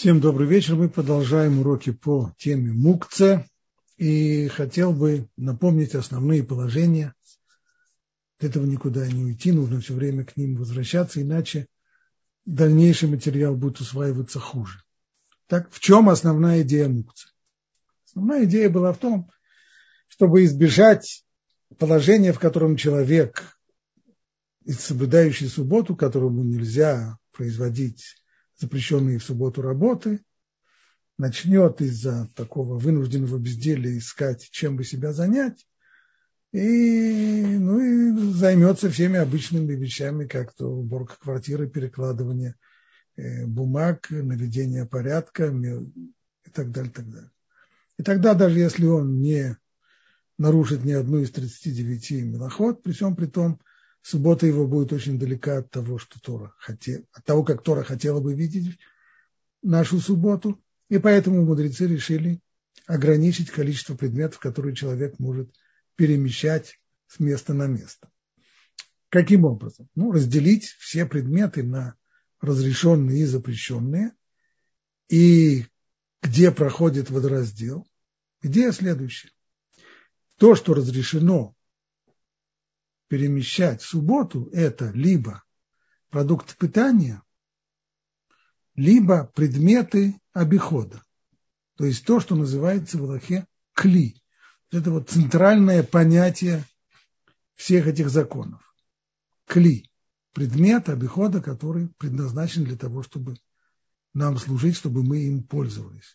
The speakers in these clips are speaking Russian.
Всем добрый вечер. Мы продолжаем уроки по теме мукце. И хотел бы напомнить основные положения. От этого никуда не уйти, нужно все время к ним возвращаться, иначе дальнейший материал будет усваиваться хуже. Так, в чем основная идея мукце? Основная идея была в том, чтобы избежать положения, в котором человек, соблюдающий субботу, которому нельзя производить запрещенные в субботу работы, начнет из-за такого вынужденного безделия искать, чем бы себя занять, и займется всеми обычными вещами, как то уборка квартиры, перекладывание бумаг, наведение порядка и так далее, так далее. И тогда, даже если он не нарушит ни одну из 39 мелахот, при всем при том, суббота его будет очень далека от того, от того, как Тора хотела бы видеть нашу субботу. И поэтому мудрецы решили ограничить количество предметов, которые человек может перемещать с места на место. Каким образом? Разделить все предметы на разрешенные и запрещенные. И где проходит водораздел? Идея следующая. То, что разрешено перемещать в субботу, это либо продукты питания, либо предметы обихода. То есть то, что называется в алахе кли. Это вот центральное понятие всех этих законов. Кли. Предмет обихода, который предназначен для того, чтобы нам служить, чтобы мы им пользовались.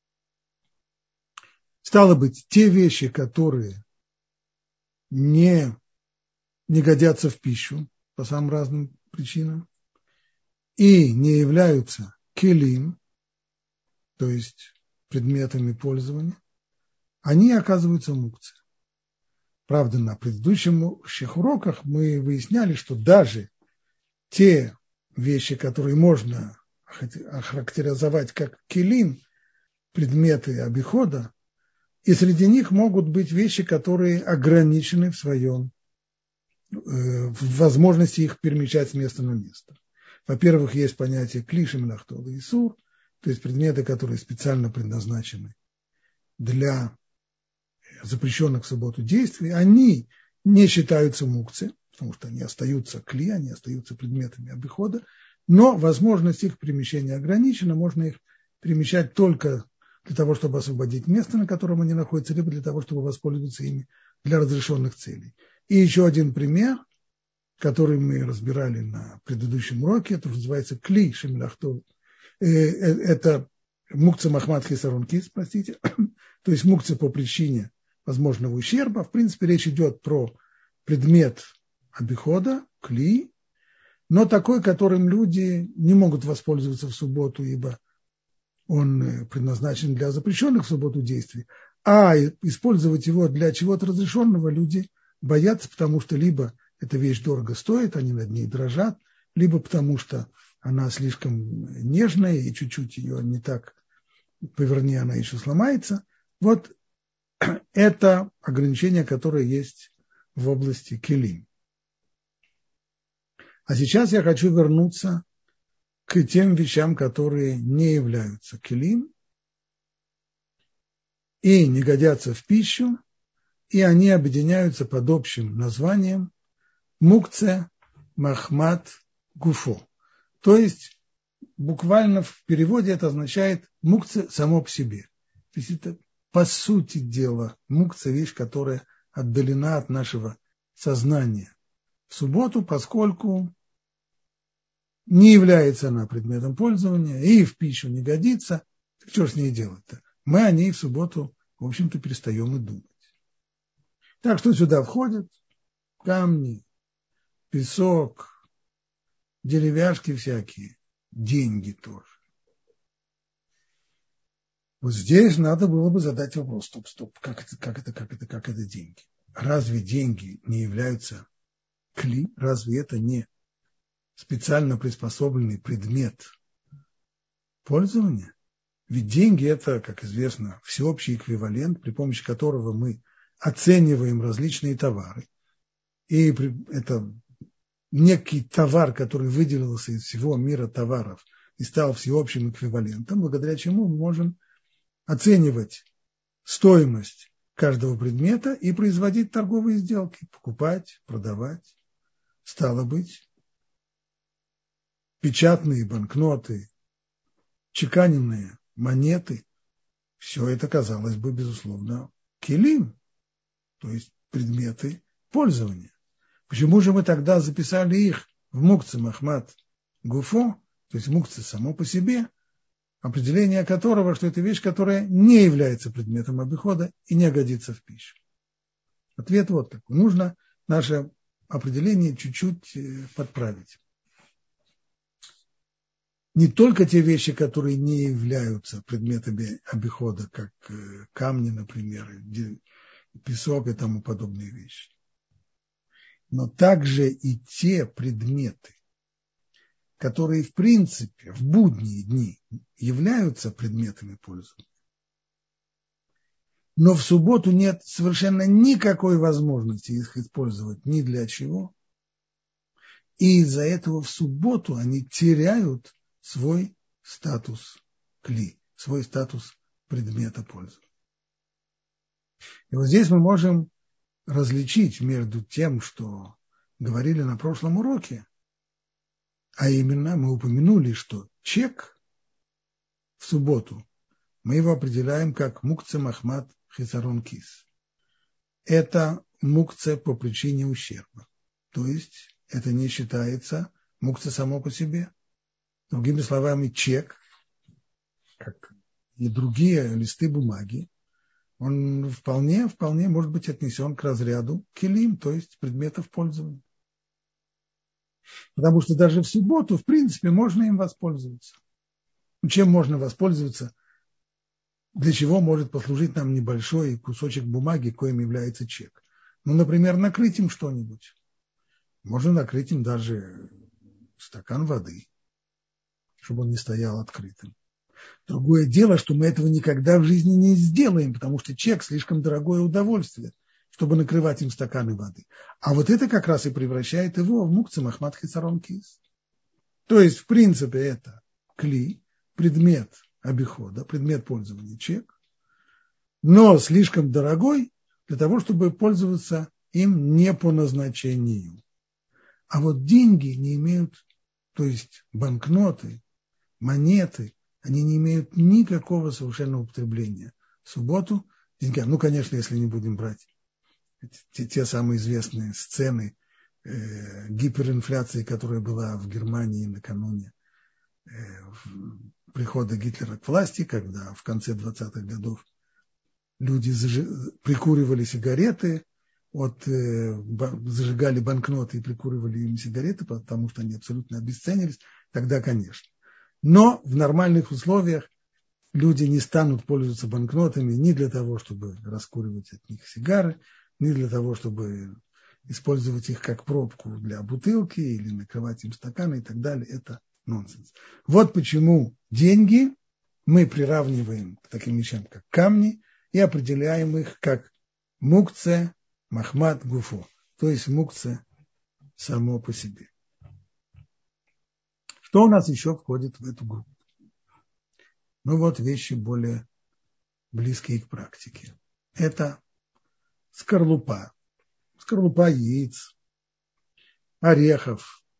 Стало быть, те вещи, которые не годятся в пищу по самым разным причинам и не являются келим, то есть предметами пользования, они оказываются мукце. Правда, на предыдущих уроках мы выясняли, что даже те вещи, которые можно охарактеризовать как келим, предметы обихода, и среди них могут быть вещи, которые ограничены в возможности их перемещать с места на место. Во-первых, есть понятие клиши, мелахтол и исур, то есть предметы, которые специально предназначены для запрещенных в субботу действий, они не считаются мукце, потому что они остаются кли, они остаются предметами обихода, но возможность их перемещения ограничена, можно их перемещать только для того, чтобы освободить место, на котором они находятся, либо для того, чтобы воспользоваться ими для разрешенных целей. И еще один пример, который мы разбирали на предыдущем уроке, это называется кли шемилахтол. Это мукце махмад хисарон кис, простите, то есть мукце по причине возможного ущерба. В принципе, речь идет про предмет обихода, кли, но такой, которым люди не могут воспользоваться в субботу, ибо он предназначен для запрещенных в субботу действий, а использовать его для чего-то разрешенного люди боятся, потому что либо эта вещь дорого стоит, они над ней дрожат, либо потому что она слишком нежная и чуть-чуть ее не так поверни, она еще сломается. Вот это ограничение, которое есть в области келим. А сейчас я хочу вернуться к тем вещам, которые не являются келим и не годятся в пищу, и они объединяются под общим названием мукце махмад гуфо. То есть буквально в переводе это означает мукце само по себе. То есть это по сути дела мукце вещь, которая отдалена от нашего сознания в субботу, поскольку не является она предметом пользования и в пищу не годится. Так что же с ней делать-то? Мы о ней в субботу, в общем-то, перестаем и думать. Так что сюда входят камни, песок, деревяшки всякие, деньги тоже. Вот здесь надо было бы задать вопрос, стоп, как это деньги? Разве деньги не являются кли? Разве это не специально приспособленный предмет пользования? Ведь деньги – это, как известно, всеобщий эквивалент, при помощи которого мы оцениваем различные товары. И это некий товар, который выделился из всего мира товаров и стал всеобщим эквивалентом, благодаря чему мы можем оценивать стоимость каждого предмета и производить торговые сделки, покупать, продавать. Стало быть, печатные банкноты, чеканенные монеты, все это, казалось бы, безусловно, келим, то есть предметы пользования. Почему же мы тогда записали их в мукце махмат гуфо, то есть мукце само по себе, определение которого, что это вещь, которая не является предметом обихода и не годится в пищу? Ответ вот такой. Нужно наше определение чуть-чуть подправить. Не только те вещи, которые не являются предметами обихода, как камни, например, песок и тому подобные вещи, но также и те предметы, которые в принципе в будние дни являются предметами пользования, но в субботу нет совершенно никакой возможности их использовать ни для чего, и из-за этого в субботу они теряют свой статус кли, свой статус предмета пользования. И вот здесь мы можем различить между тем, что говорили на прошлом уроке, а именно мы упомянули, что чек в субботу мы его определяем как мукце махмат хисарон кис. Это мукце по причине ущерба. То есть это не считается мукце само по себе. Другими словами, чек, как и другие листы бумаги, он вполне может быть отнесен к разряду келим, то есть предметов пользования. Потому что даже в субботу, в принципе, можно им воспользоваться. Чем можно воспользоваться? Для чего может послужить нам небольшой кусочек бумаги, коим является чек? Ну, например, накрыть им что-нибудь. Можно накрыть им даже стакан воды, чтобы он не стоял открытым. Другое дело, что мы этого никогда в жизни не сделаем, потому что чек слишком дорогое удовольствие, чтобы накрывать им стаканы воды. А вот это как раз и превращает его в мукце махмат хисарон кис. То есть, в принципе, это кли, предмет обихода, предмет пользования чек, но слишком дорогой для того, чтобы пользоваться им не по назначению. А вот деньги не имеют, то есть банкноты, монеты, они не имеют никакого совершенно употребления. В субботу деньгам, ну, конечно, если не будем брать те самые известные сцены гиперинфляции, которая была в Германии накануне прихода Гитлера к власти, когда в конце 20-х годов люди прикуривали сигареты, зажигали банкноты и прикуривали им сигареты, потому что они абсолютно обесценились, тогда, конечно. Но в нормальных условиях люди не станут пользоваться банкнотами ни для того, чтобы раскуривать от них сигары, ни для того, чтобы использовать их как пробку для бутылки или накрывать им стаканы и так далее. Это нонсенс. Вот почему деньги мы приравниваем к таким вещам, как камни, и определяем их как мукце махмат гуфо, то есть мукце само по себе. Что у нас еще входит в эту группу? Ну вот вещи более близкие к практике. Это скорлупа яиц, орехов.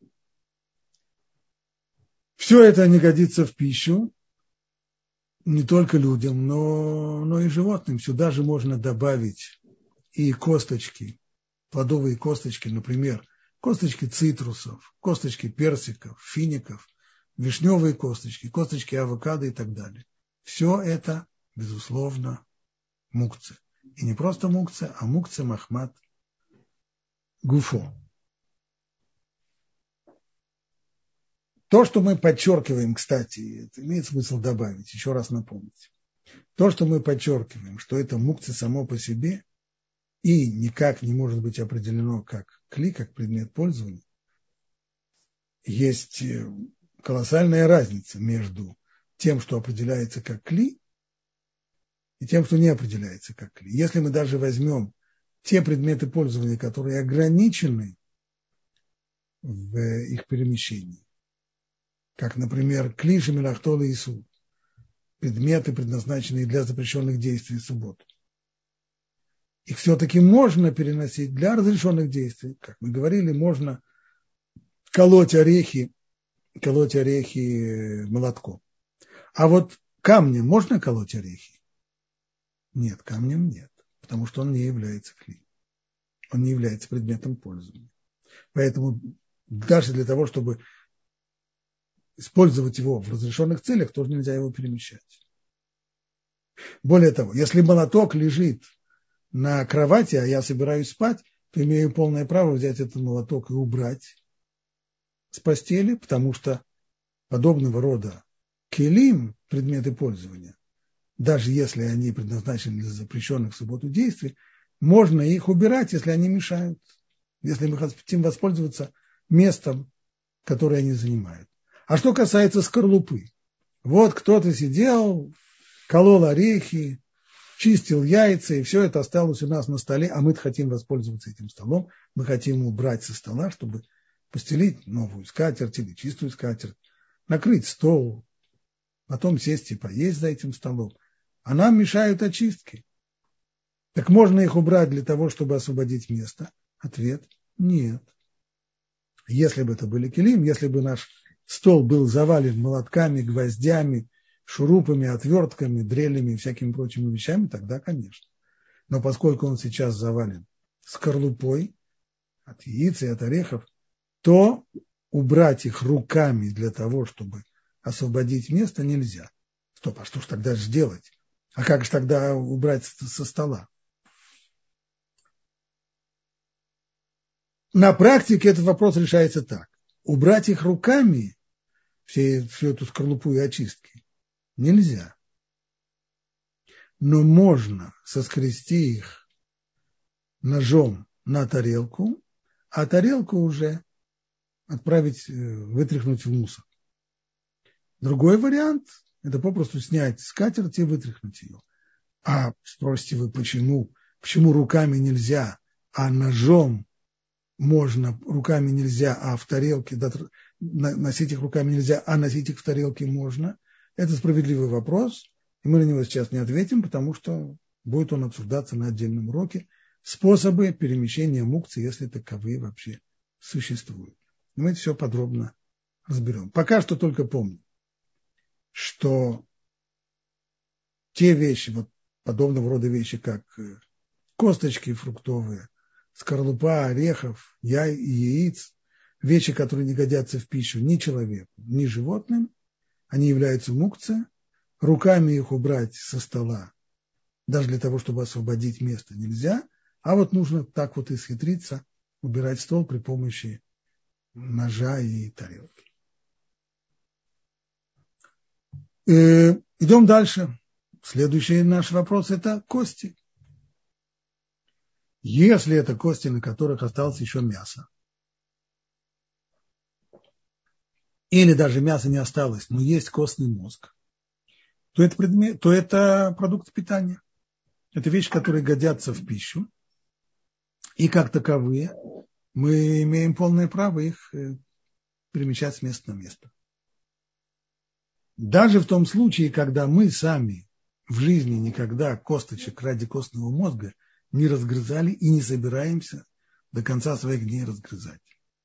Все это не годится в пищу не только людям, но и животным. Сюда же можно добавить и косточки, плодовые косточки, например, косточки цитрусов, косточки персиков, фиников, вишневые косточки, косточки авокадо и так далее. Все это, безусловно, мукце. И не просто мукце, а мукце махмат гуфо. То, что мы подчеркиваем, кстати, это имеет смысл добавить, еще раз напомнить. То, что мы подчеркиваем, что это мукце само по себе и никак не может быть определено как кли, как предмет пользования, есть колоссальная разница между тем, что определяется как кли, и тем, что не определяется как кли. Если мы даже возьмем те предметы пользования, которые ограничены в их перемещении, как, например, клиши, мелахтол и исуд, предметы, предназначенные для запрещенных действий в субботу. Их все-таки можно переносить для разрешенных действий. Как мы говорили, можно колоть орехи молотком. А вот камнем можно колоть орехи? Нет, камнем нет, потому что он не является кли. Он не является предметом пользования. Поэтому даже для того, чтобы использовать его в разрешенных целях, тоже нельзя его перемещать. Более того, если молоток лежит на кровати, а я собираюсь спать, то имею полное право взять этот молоток и убрать с постели, потому что подобного рода келим, предметы пользования, даже если они предназначены для запрещенных в субботу действий, можно их убирать, если они мешают, если мы хотим воспользоваться местом, которое они занимают. А что касается скорлупы, вот кто-то сидел, колол орехи, чистил яйца, и все это осталось у нас на столе, а мы хотим воспользоваться этим столом, мы хотим убрать со стола, чтобы постелить новую скатерть или чистую скатерть, накрыть стол, потом сесть и поесть за этим столом. А нам мешают очистки. Так можно их убрать для того, чтобы освободить место? Ответ – нет. Если бы это были келим, если бы наш стол был завален молотками, гвоздями, шурупами, отвертками, дрелями и всякими прочими вещами, тогда, конечно. Но поскольку он сейчас завален скорлупой от яиц и от орехов, то убрать их руками для того, чтобы освободить место, нельзя. Стоп, а что ж тогда же делать? А как же тогда убрать со стола? На практике этот вопрос решается так. Убрать их руками, всю эту скорлупу и очистки, нельзя. Но можно соскрести их ножом на тарелку, а тарелку уже отправить, вытряхнуть в мусор. Другой вариант – это попросту снять скатерть и вытряхнуть ее. А спросите вы, почему руками нельзя, а ножом можно, руками нельзя, а в тарелке, носить их руками нельзя, а носить их в тарелке можно? Это справедливый вопрос, и мы на него сейчас не ответим, потому что будет он обсуждаться на отдельном уроке. Способы перемещения мукцы, если таковые вообще существуют. Мы это все подробно разберем. Пока что только помню, что те вещи, вот подобного рода вещи, как косточки фруктовые, скорлупа орехов, и яиц, вещи, которые не годятся в пищу ни человеку, ни животным, они являются мукце, руками их убрать со стола, даже для того, чтобы освободить место, нельзя, а вот нужно так вот исхитриться, убирать стол при помощи ножа и тарелки. Идем дальше. Следующий наш вопрос – это кости. Если это кости, на которых осталось еще мясо, или даже мяса не осталось, но есть костный мозг, то это продукт питания. Это вещи, которые годятся в пищу, и как таковые мы имеем полное право их перемещать с места на место. Даже в том случае, когда мы сами в жизни никогда косточек ради костного мозга не разгрызали и не собираемся до конца своих дней разгрызать.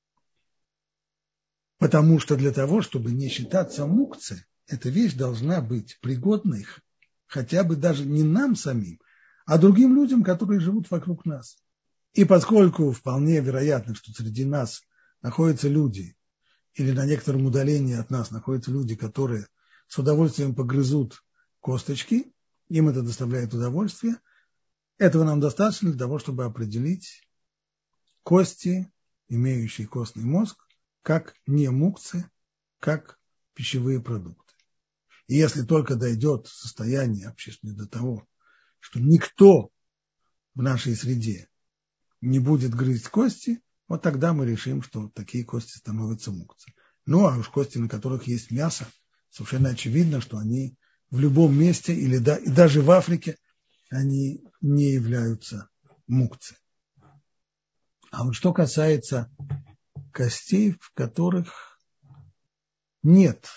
Потому что для того, чтобы не считаться мукце, эта вещь должна быть пригодной хотя бы даже не нам самим, а другим людям, которые живут вокруг нас. И поскольку вполне вероятно, что среди нас находятся люди, или на некотором удалении от нас находятся люди, которые с удовольствием погрызут косточки, им это доставляет удовольствие, этого нам достаточно для того, чтобы определить кости, имеющие костный мозг, как не мукцы, как пищевые продукты. И если только дойдет состояние общественное до того, что никто в нашей среде не будет грызть кости, вот тогда мы решим, что такие кости становятся мукцы. Ну, а уж кости, на которых есть мясо, совершенно очевидно, что они в любом месте, и даже в Африке, они не являются мукцы. А вот что касается костей, в которых нет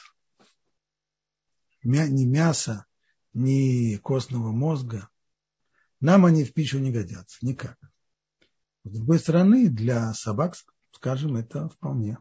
ни мяса, ни костного мозга, нам они в пищу не годятся никак. С другой стороны, для собак, скажем, это вполне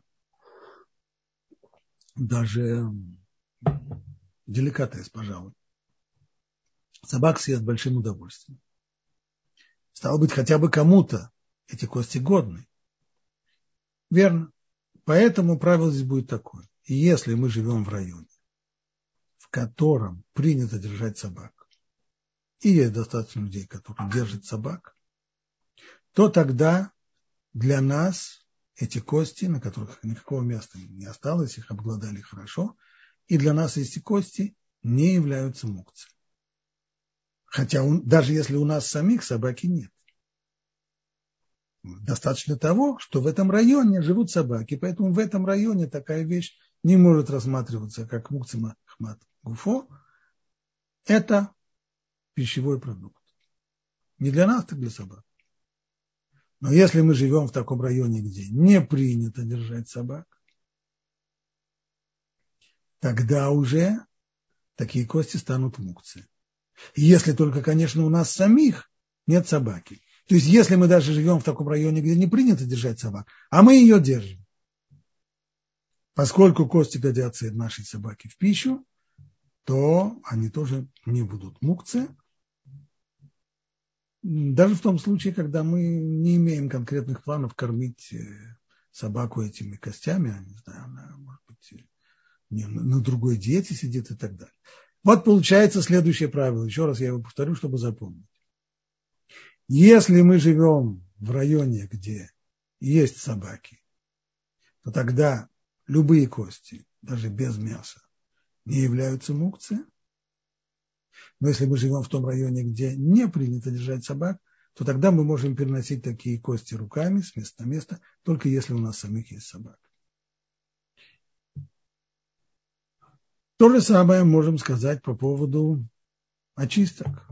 даже деликатес, пожалуй. Собак съест большим удовольствием. Стало быть, хотя бы кому-то эти кости годны. Верно. Поэтому правило здесь будет такое. Если мы живем в районе, в котором принято держать собак, и есть достаточно людей, которые держат собак, то тогда для нас эти кости, на которых никакого места не осталось, их обглодали хорошо, и для нас эти кости не являются мукцией. Хотя даже если у нас самих собаки нет. Достаточно того, что в этом районе живут собаки, поэтому в этом районе такая вещь не может рассматриваться как мукция хмат гуфо. Это пищевой продукт. Не для нас, так для собак. Но если мы живем в таком районе, где не принято держать собак, тогда уже такие кости станут мукцией. Если только, конечно, у нас самих нет собаки. То есть, если мы даже живем в таком районе, где не принято держать собак, а мы ее держим, поскольку кости годятся нашей собаке в пищу, то они тоже не будут мукцией. Даже в том случае, когда мы не имеем конкретных планов кормить собаку этими костями, я не знаю, она, может быть, на другой диете сидит и так далее. Вот получается следующее правило. Еще раз я его повторю, чтобы запомнить. Если мы живем в районе, где есть собаки, то тогда любые кости, даже без мяса, не являются мукцией. Но если мы живем в том районе, где не принято держать собак, то тогда мы можем переносить такие кости руками с места на место, только если у нас самих есть собака. То же самое можем сказать по поводу очисток.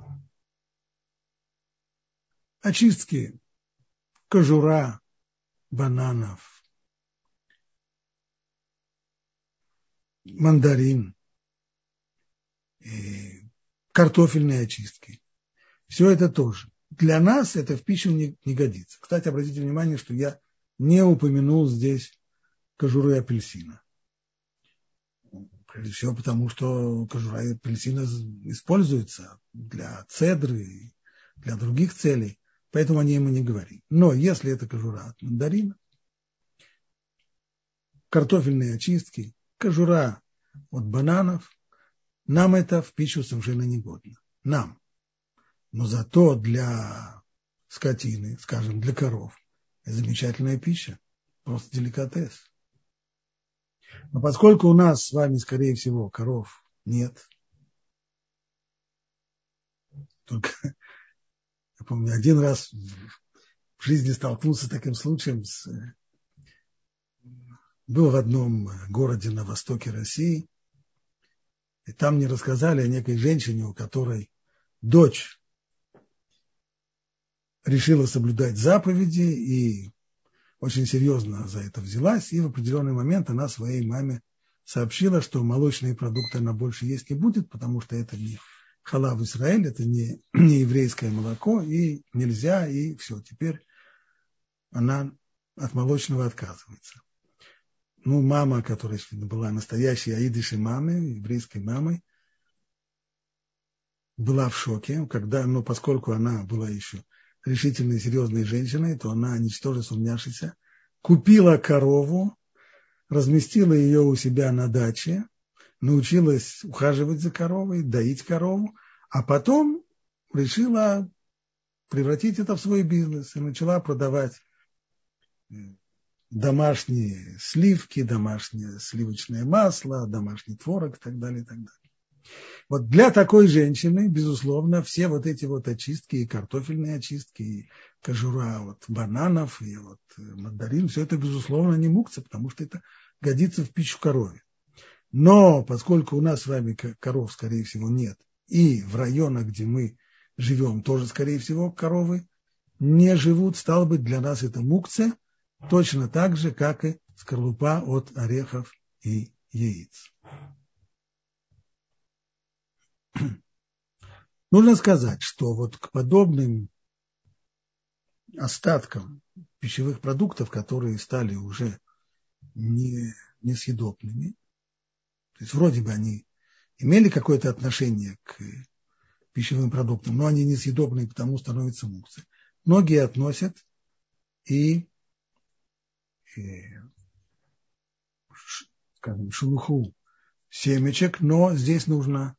Очистки кожура, бананов, мандарин, картофельные очистки. Все это тоже. Для нас это в пищу не годится. Кстати, обратите внимание, что я не упомянул здесь кожуры апельсина. Прежде всего потому, что кожура апельсина используется для цедры и для других целей, поэтому о ней мы не говорим. Но если это кожура от мандарина, картофельные очистки, кожура от бананов, нам это в пищу совершенно не годно. Нам. Но зато для скотины, скажем, для коров, это замечательная пища, просто деликатес. Но поскольку у нас с вами, скорее всего, коров нет, только, я помню, один раз в жизни столкнулся с таким случаем, был в одном городе на востоке России, и там мне рассказали о некой женщине, у которой дочь решила соблюдать заповеди и очень серьезно за это взялась, и в определенный момент она своей маме сообщила, что молочные продукты она больше есть не будет, потому что это не халав Исраэль, это не еврейское молоко, и нельзя, и все, теперь она от молочного отказывается. Ну, мама, которая была настоящей аидышей мамой, еврейской мамой, была в шоке, но поскольку она была еще решительной, серьезной женщиной, то она, ничтоже сумняшися, купила корову, разместила ее у себя на даче, научилась ухаживать за коровой, доить корову, а потом решила превратить это в свой бизнес и начала продавать домашние сливки, домашнее сливочное масло, домашний творог и так далее, и так далее. Вот для такой женщины, безусловно, все вот эти вот очистки, и картофельные очистки, и кожура от бананов, и от мандарин, все это, безусловно, не мукция, потому что это годится в пищу корове. Но поскольку у нас с вами коров, скорее всего, нет, и в районах, где мы живем, тоже, скорее всего, коровы не живут, стало быть, для нас это мукция, точно так же, как и скорлупа от орехов и яиц. Нужно сказать, что вот к подобным остаткам пищевых продуктов, которые стали уже несъедобными, то есть вроде бы они имели какое-то отношение к пищевым продуктам, но они несъедобные, потому становятся мукцы. Многие относят и скажем, шелуху семечек, но здесь нужно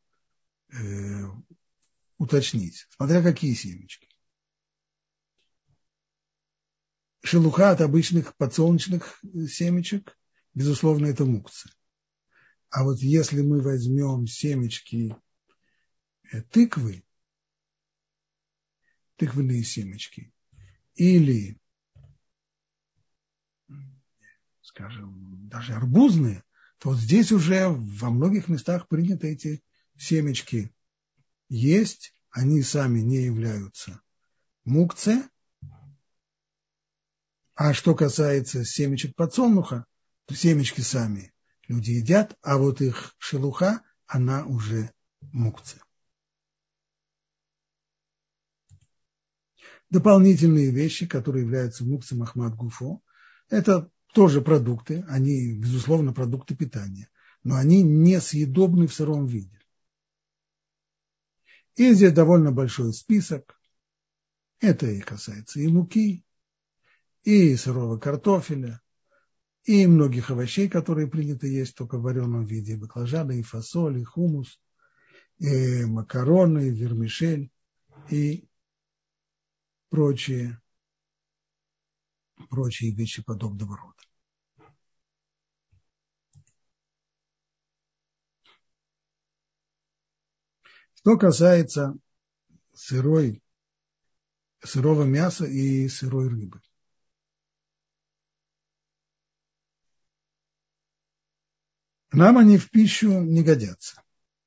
уточнить, смотря какие семечки. Шелуха от обычных подсолнечных семечек, безусловно, это мукцы. А вот если мы возьмем семечки тыквы, тыквенные семечки, или, скажем, даже арбузные, то вот здесь уже во многих местах принято эти семечки есть, они сами не являются мукце. А что касается семечек подсолнуха, то семечки сами люди едят, а вот их шелуха, она уже мукце. Дополнительные вещи, которые являются мукцем ахмад гуфо, это тоже продукты, они, безусловно, продукты питания, но они несъедобны в сыром виде. И здесь довольно большой список. Это и касается и муки, и сырого картофеля, и многих овощей, которые принято есть только в вареном виде, и баклажаны, и фасоль, и хумус, и макароны, и вермишель, и прочие вещи подобного рода. Что касается сырого мяса и сырой рыбы. Нам они в пищу не годятся.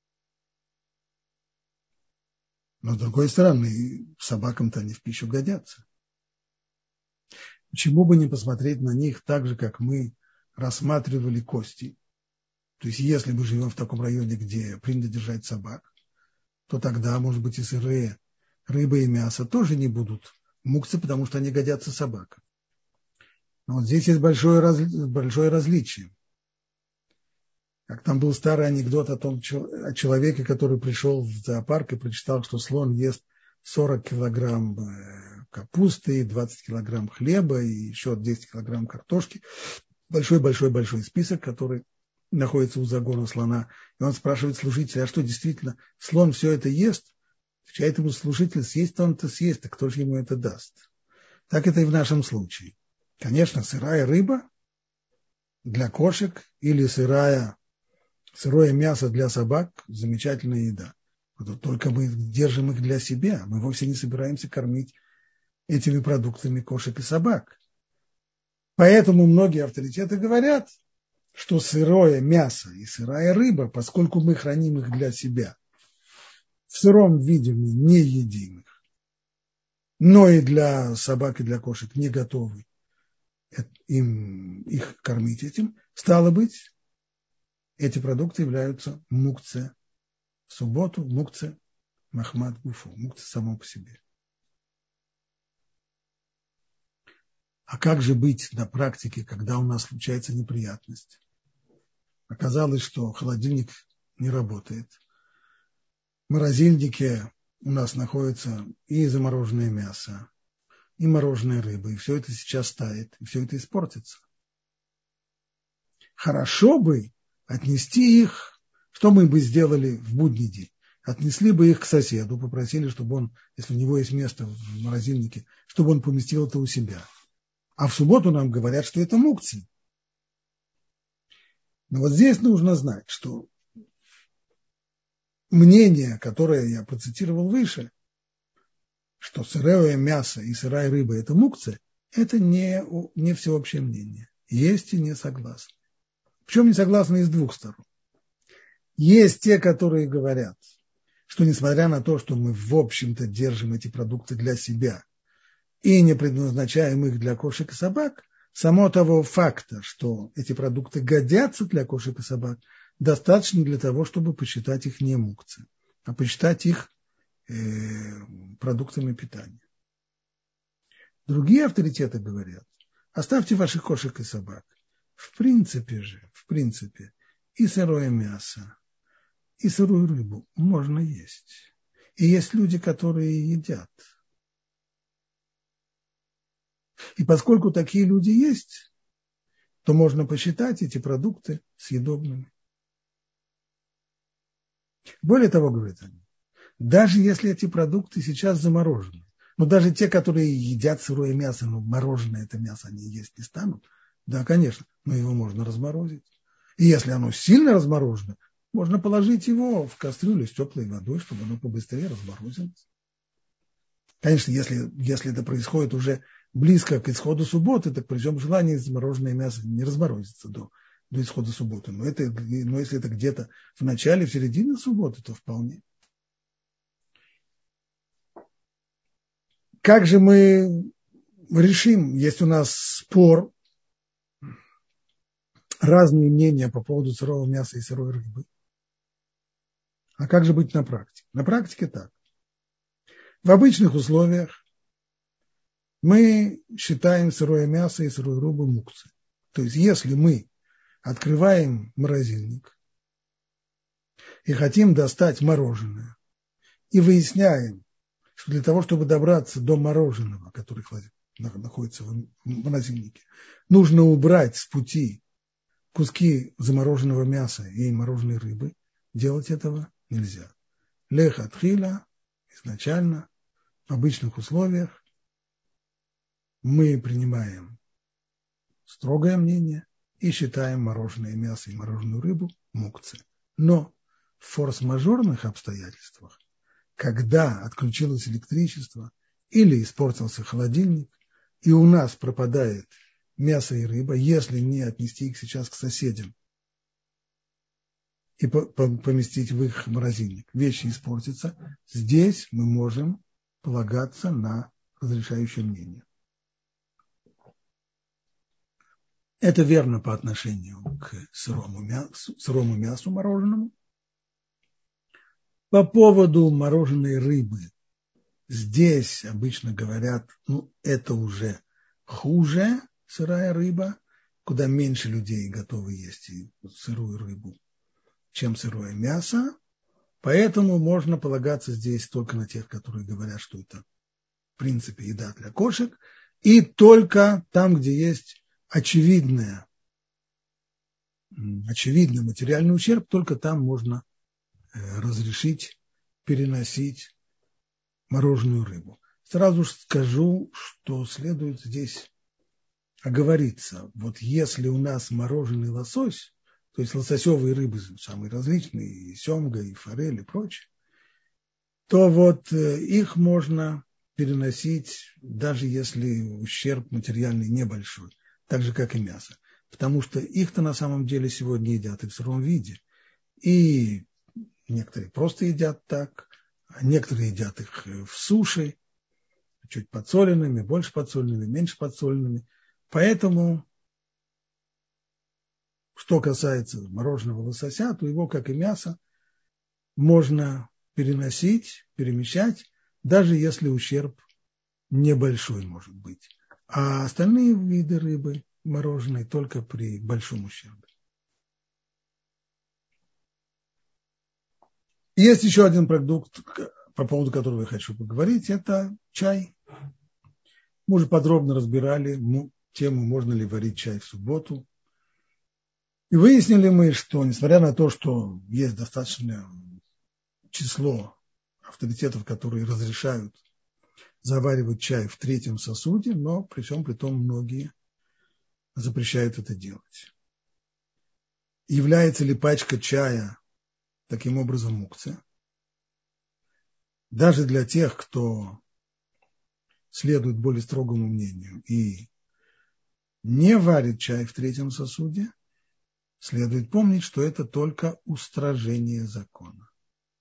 Но, с другой стороны, собакам-то они в пищу годятся. Почему бы не посмотреть на них так же, как мы рассматривали кости? То есть, если мы живем в таком районе, где принято держать собак, то тогда, может быть, и сырые рыба и мясо тоже не будут мукцы, потому что они годятся собакам. Но вот здесь есть большое различие. Как там был старый анекдот о человеке, который пришел в зоопарк и прочитал, что слон ест 40 килограмм капусты, 20 килограмм хлеба и еще 10 килограмм картошки. Большой-большой-большой список, который находится у загона слона. И он спрашивает служителя, а что, действительно, слон все это ест? Отвечает ему служитель, съесть он-то съест, а кто же ему это даст? Так это и в нашем случае. Конечно, сырая рыба для кошек или сырое мясо для собак – замечательная еда. Только мы держим их для себя. Мы вовсе не собираемся кормить этими продуктами кошек и собак. Поэтому многие авторитеты говорят, что сырое мясо и сырая рыба, поскольку мы храним их для себя, в сыром виде мы не едим их, но и для собак и для кошек не готовы их кормить этим, стало быть, эти продукты являются мукце в субботу, мукце махмад гуфу, мукце само по себе. А как же быть на практике, когда у нас случается неприятность? Оказалось, что холодильник не работает. В морозильнике у нас находится и замороженное мясо, и мороженая рыба, и все это сейчас тает, и все это испортится. Хорошо бы отнести их, что мы бы сделали в будний день? Отнесли бы их к соседу, попросили, чтобы он, если у него есть место в морозильнике, чтобы он поместил это у себя. А в субботу нам говорят, что это мукцы. Но вот здесь нужно знать, что мнение, которое я процитировал выше, что сырое мясо и сырая рыба – это мукцы, это не всеобщее мнение. Есть и не согласны. Причем не согласны из двух сторон. Есть те, которые говорят, что несмотря на то, что мы в общем-то держим эти продукты для себя и не предназначаем их для кошек и собак, само того факта, что эти продукты годятся для кошек и собак, достаточно для того, чтобы посчитать их не мукцы, а посчитать их продуктами питания. Другие авторитеты говорят, оставьте ваших кошек и собак. В принципе, и сырое мясо, и сырую рыбу можно есть. И есть люди, которые едят. И поскольку такие люди есть, то можно посчитать эти продукты съедобными. Более того, говорят они, даже если эти продукты сейчас заморожены, но даже те, которые едят сырое мясо, но мороженое это мясо они есть не станут, да, конечно, но его можно разморозить. И если оно сильно разморожено, можно положить его в кастрюлю с теплой водой, чтобы оно побыстрее разморозилось. Конечно, если это происходит уже близко к исходу субботы, так при всем желании замороженное мясо не разморозится до исхода субботы. Но если это где-то в начале, в середине субботы, то вполне. Как же мы решим, есть у нас спор, разные мнения по поводу сырого мяса и сырой рыбы? А как же быть на практике? На практике так. В обычных условиях мы считаем сырое мясо и сырую рыбу мукцы. То есть если мы открываем морозильник и хотим достать мороженое, и выясняем, что для того, чтобы добраться до мороженого, который находится в морозильнике, нужно убрать с пути куски замороженного мяса и мороженой рыбы, делать этого нельзя. Лех атхила, изначально, в обычных условиях, мы принимаем строгое мнение и считаем мороженое мясо и мороженую рыбу мукцы. Но в форс-мажорных обстоятельствах, когда отключилось электричество или испортился холодильник, и у нас пропадает мясо и рыба, если не отнести их сейчас к соседям и поместить в их морозильник, вещи испортятся, здесь мы можем полагаться на разрешающее мнение. Это верно по отношению к сырому мясу мороженому. По поводу мороженой рыбы, здесь обычно говорят, это уже хуже сырая рыба, куда меньше людей готовы есть сырую рыбу, чем сырое мясо. Поэтому можно полагаться здесь только на тех, которые говорят, что это в принципе еда для кошек, и только там, где есть очевидный материальный ущерб, только там можно разрешить переносить мороженую рыбу. Сразу же скажу, что следует здесь оговориться. Вот если у нас мороженый лосось, то есть лососевые рыбы самые различные, и семга, и форель, и прочее, то вот их можно переносить, даже если ущерб материальный небольшой, так же, как и мясо. Потому что их-то на самом деле сегодня едят и в сыром виде. И некоторые просто едят так, а некоторые едят их в суши, чуть подсоленными, больше подсоленными, меньше подсоленными. Поэтому, что касается мороженого лосося, то его, как и мясо, можно переносить, перемещать, даже если ущерб небольшой может быть. А остальные виды рыбы мороженой только при большом ущербе. Есть еще один продукт, по поводу которого я хочу поговорить, это чай. Мы уже подробно разбирали тему, можно ли варить чай в субботу. И выяснили мы, что несмотря на то, что есть достаточное число авторитетов, которые разрешают заваривать чай в третьем сосуде, но при всем при том многие запрещают это делать. Является ли пачка чая таким образом мукция? Даже для тех, кто следует более строгому мнению и не варит чай в третьем сосуде, следует помнить, что это только устражение закона.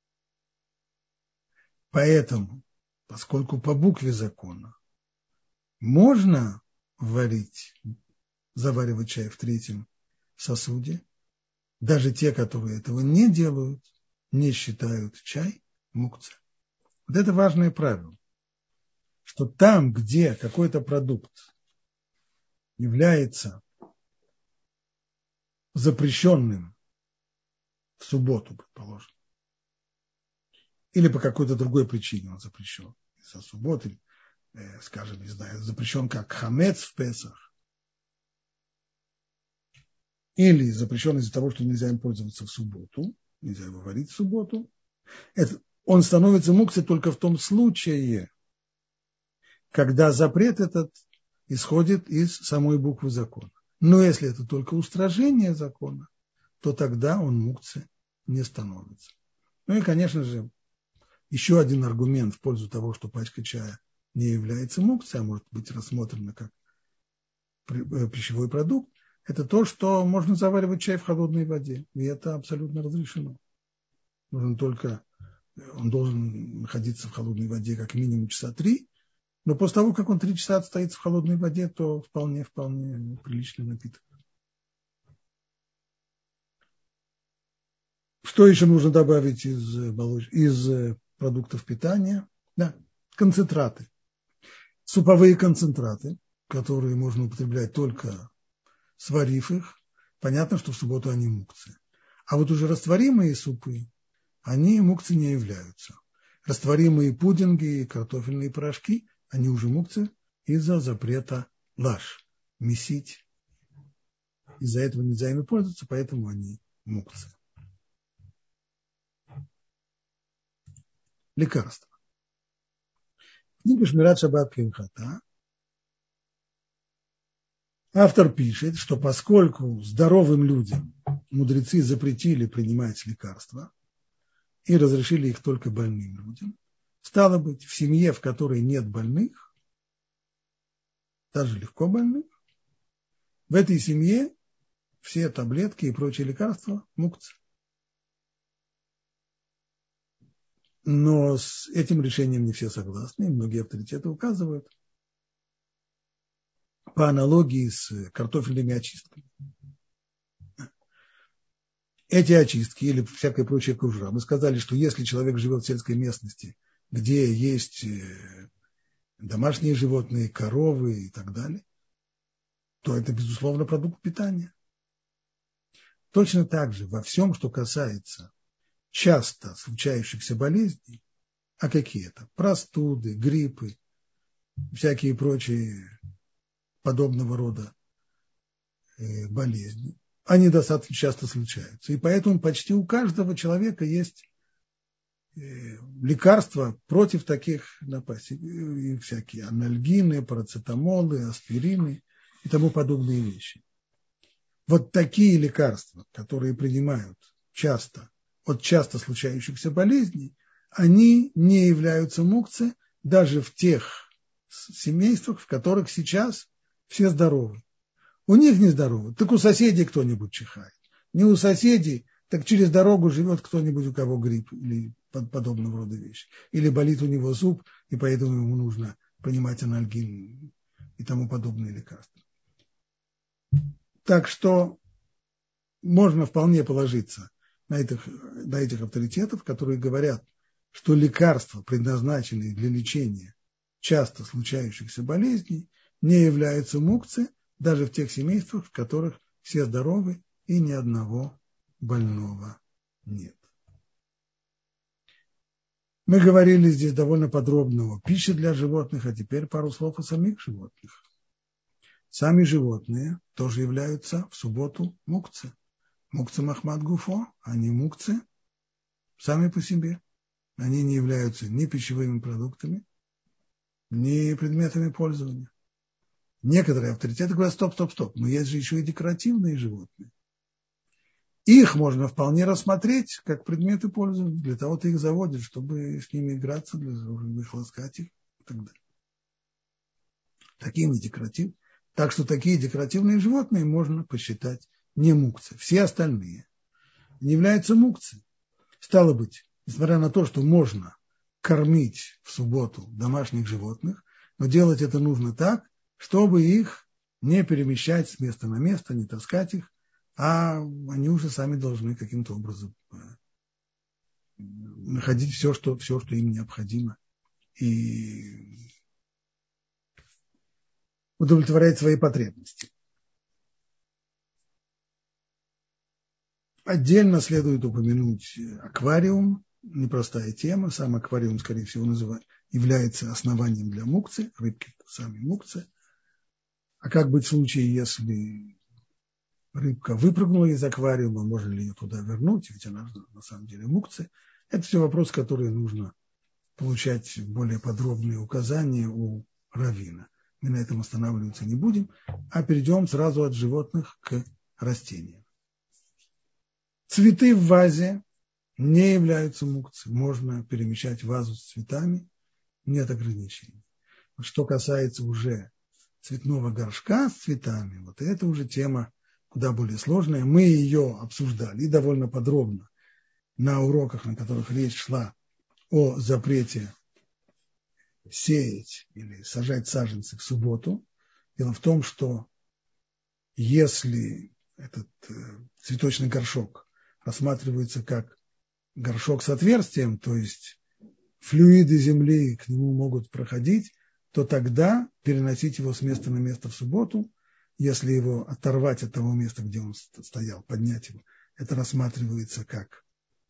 Поэтому, поскольку по букве закона можно варить заваривать чай в третьем сосуде. Даже те, которые этого не делают, не считают чай мукце. Вот это важное правило, что там, где какой-то продукт является запрещенным в субботу, предположим, или по какой-то другой причине он запрещен, из-за субботы, скажем, не знаю, запрещен как хамец в Песах, или запрещен из-за того, что нельзя им пользоваться в субботу, нельзя его варить в субботу, он становится мукцей только в том случае, когда запрет этот исходит из самой буквы закона. Но если это только устражение закона, то тогда он мукцей не становится. Ну и, конечно же, еще один аргумент в пользу того, что пачка чая не является мукцей, а может быть рассмотрена как пищевой продукт, это то, что можно заваривать чай в холодной воде. И это абсолютно разрешено. Он должен находиться в холодной воде как минимум часа 3, но после того, как он 3 часа отстоится в холодной воде, то вполне приличный напиток. Что еще нужно добавить из продуктов питания? Да, концентраты. Суповые концентраты, которые можно употреблять только сварив их. Понятно, что в субботу они мукцы. А вот уже растворимые супы, они мукцы не являются. Растворимые пудинги и картофельные порошки, они уже мукцы из-за запрета лаш, месить. Из-за этого нельзя ими пользоваться, поэтому они мукцы. Лекарства. Книга Шмират Шаббат Кимхата. Автор пишет, что поскольку здоровым людям мудрецы запретили принимать лекарства и разрешили их только больным людям, стало быть, в семье, в которой нет больных, даже легко больных, в этой семье все таблетки и прочие лекарства мукцы. Но с этим решением не все согласны, и многие авторитеты указывают по аналогии с картофельными очистками. Эти очистки или всякая прочая кожура, мы сказали, что если человек живет в сельской местности, где есть домашние животные, коровы и так далее, то это, безусловно, продукт питания. Точно так же во всем, что касается часто случающихся болезней, а какие это? Простуды, гриппы, всякие прочие подобного рода болезни. Они достаточно часто случаются. И поэтому почти у каждого человека есть лекарства против таких напастей. И всякие анальгины, парацетамолы, аспирины и тому подобные вещи. Вот такие лекарства, которые принимают часто от часто случающихся болезней, они не являются мукце даже в тех семействах, в которых сейчас все здоровы. У них не здоровы, так у соседей кто-нибудь чихает. Не у соседей, так через дорогу живет кто-нибудь, у кого грипп или подобного рода вещи. Или болит у него зуб, и поэтому ему нужно принимать анальгин и тому подобные лекарства. Так что можно вполне положиться на этих авторитетов, которые говорят, что лекарства, предназначенные для лечения часто случающихся болезней, не являются мукце даже в тех семействах, в которых все здоровы и ни одного больного нет. Мы говорили здесь довольно подробно о пище для животных, а теперь пару слов о самих животных. Сами животные тоже являются в субботу мукце. Мукце махмад гуфо, они мукце сами по себе. Они не являются ни пищевыми продуктами, ни предметами пользования. Некоторые авторитеты говорят, стоп, но есть же еще и декоративные животные. Их можно вполне рассмотреть как предметы пользования. Для того ты их заводишь, чтобы с ними играться, чтобы их ласкать их и так далее. Так что такие декоративные животные можно посчитать не мукце. Все остальные не являются мукце. Стало быть, несмотря на то, что можно кормить в субботу домашних животных, но делать это нужно так, чтобы их Не перемещать с места на место, не таскать их, а они уже сами должны каким-то образом находить все, что им необходимо, и удовлетворять свои потребности. Отдельно следует упомянуть аквариум, непростая тема. Сам аквариум, скорее всего, является основанием для мукцы, рыбки сами мукцы. А как быть в случае, если рыбка выпрыгнула из аквариума, можно ли ее туда вернуть, ведь она на самом деле мукцы. Это все вопросы, которые нужно получать более подробные указания у раввина. Мы на этом останавливаться не будем, а перейдем сразу от животных к растениям. Цветы в вазе не являются мукцией. Можно перемещать вазу с цветами, нет ограничений. Что касается уже цветного горшка с цветами, вот это уже тема куда более сложная. Мы ее обсуждали довольно подробно на уроках, на которых речь шла о запрете сеять или сажать саженцы в субботу. Дело в том, что если этот цветочный горшок рассматривается как горшок с отверстием, то есть флюиды земли к нему могут проходить, то тогда переносить его с места на место в субботу, если его оторвать от того места, где он стоял, поднять его, это рассматривается как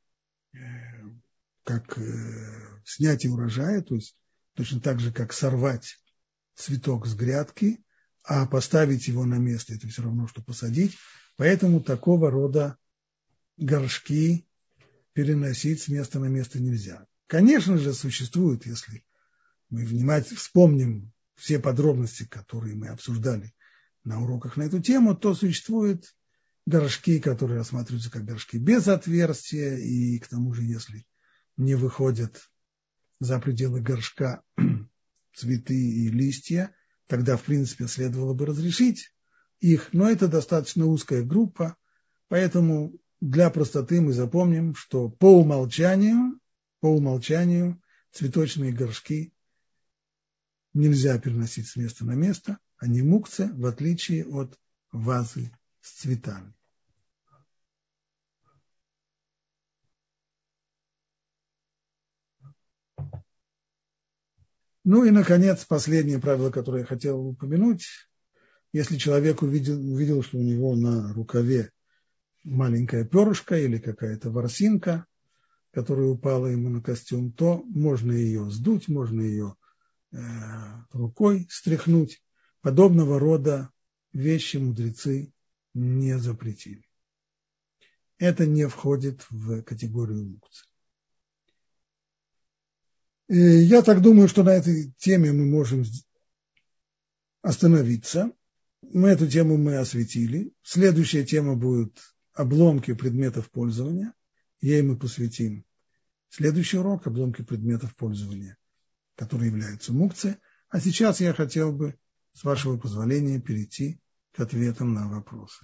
снятие урожая, то есть точно так же, как сорвать цветок с грядки, а поставить его на место, это все равно, что посадить. Поэтому такого рода горшки переносить с места на место нельзя. Конечно же, существует, если мы внимательно вспомним все подробности, которые мы обсуждали на уроках на эту тему, то существуют горшки, которые рассматриваются как горшки без отверстия, и к тому же, если не выходят за пределы горшка цветы и листья, тогда, в принципе, следовало бы разрешить их, но это достаточно узкая группа, поэтому для простоты мы запомним, что по умолчанию цветочные горшки нельзя переносить с места на место, они мукцы, в отличие от вазы с цветами. Ну и, наконец, последнее правило, которое я хотел упомянуть. Если человек увидел, что у него на рукаве маленькая перышко или какая-то ворсинка, которая упала ему на костюм, то можно ее сдуть, можно ее рукой стряхнуть. Подобного рода вещи мудрецы не запретили. Это не входит в категорию мукцы. Я так думаю, что на этой теме мы можем остановиться. Эту тему мы осветили. Следующая тема будет обломки предметов пользования. Ей мы посвятим следующий урок, обломки предметов пользования, которые являются мукцией. А сейчас я хотел бы, с вашего позволения, перейти к ответам на вопросы.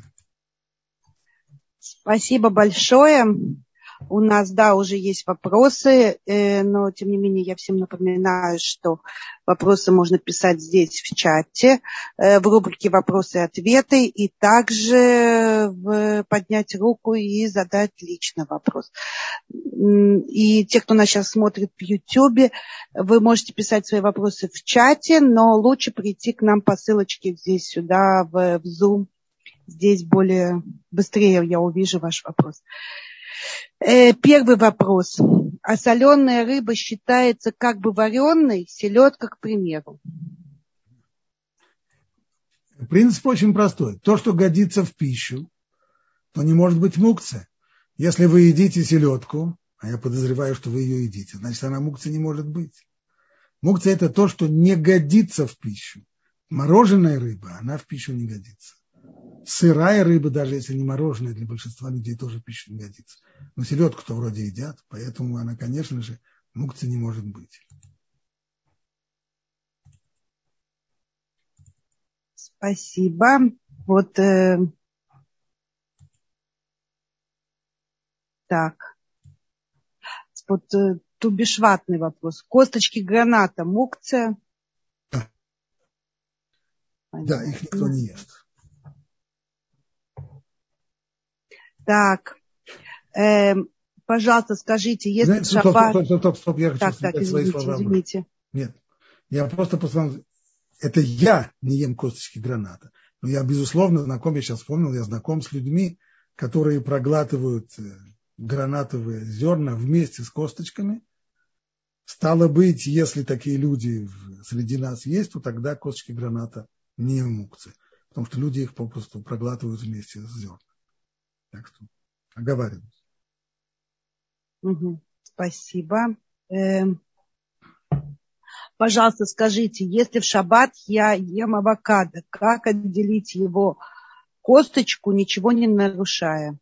Спасибо большое. У нас, уже есть вопросы, но, тем не менее, я всем напоминаю, что вопросы можно писать здесь, в чате, в рубрике «Вопросы и ответы», и также поднять руку и задать лично вопрос. И те, кто нас сейчас смотрит в YouTube, вы можете писать свои вопросы в чате, но лучше прийти к нам по ссылочке здесь, сюда, в Zoom. Здесь быстрее я увижу ваш вопрос. Первый вопрос. А соленая рыба считается как бы вареной, селедка, к примеру? Принцип очень простой. То, что годится в пищу, то не может быть мукция. Если вы едите селедку, а я подозреваю, что вы ее едите, значит, она мукция не может быть. Мукция – это то, что не годится в пищу. Мороженая рыба, она в пищу не годится. Сырая рыба, даже если не мороженая, для большинства людей тоже в пищу не годится. Но селедку-то вроде едят, поэтому она, конечно же, мукция не может быть. Спасибо. Тубишватный вопрос. Косточки граната мукция? Да, их никто не ест. Так, пожалуйста, скажите, если в шаббат... Стоп, я хочу сказать свои слова. Извините. Нет, я просто посмотрел, это я не ем косточки граната. Но я, безусловно, знаком, я сейчас вспомнил, я знаком с людьми, которые проглатывают гранатовые зерна вместе с косточками. Стало быть, если такие люди среди нас есть, то тогда косточки граната не мукцы. Потому что люди их попросту проглатывают вместе с зернами. Так что оговариваюсь. Спасибо. Пожалуйста, скажите, если в шаббат я ем авокадо, как отделить его косточку, ничего не нарушая?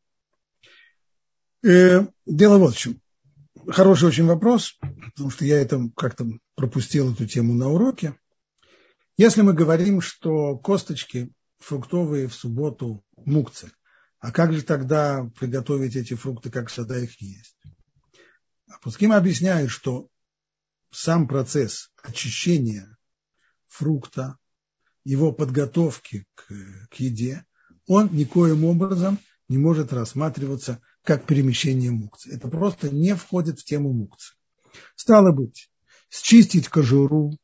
Дело вот в чем. Хороший очень вопрос, потому что я это как-то пропустил эту тему на уроке. Если мы говорим, что косточки фруктовые в субботу мукцы, а как же тогда приготовить эти фрукты, как всегда их есть? Пуским объясняют, что сам процесс очищения фрукта, его подготовки к еде, он никоим образом не может рассматриваться как перемещение мукцы. Это просто не входит в тему мукцы. Стало быть, счистить кожуру,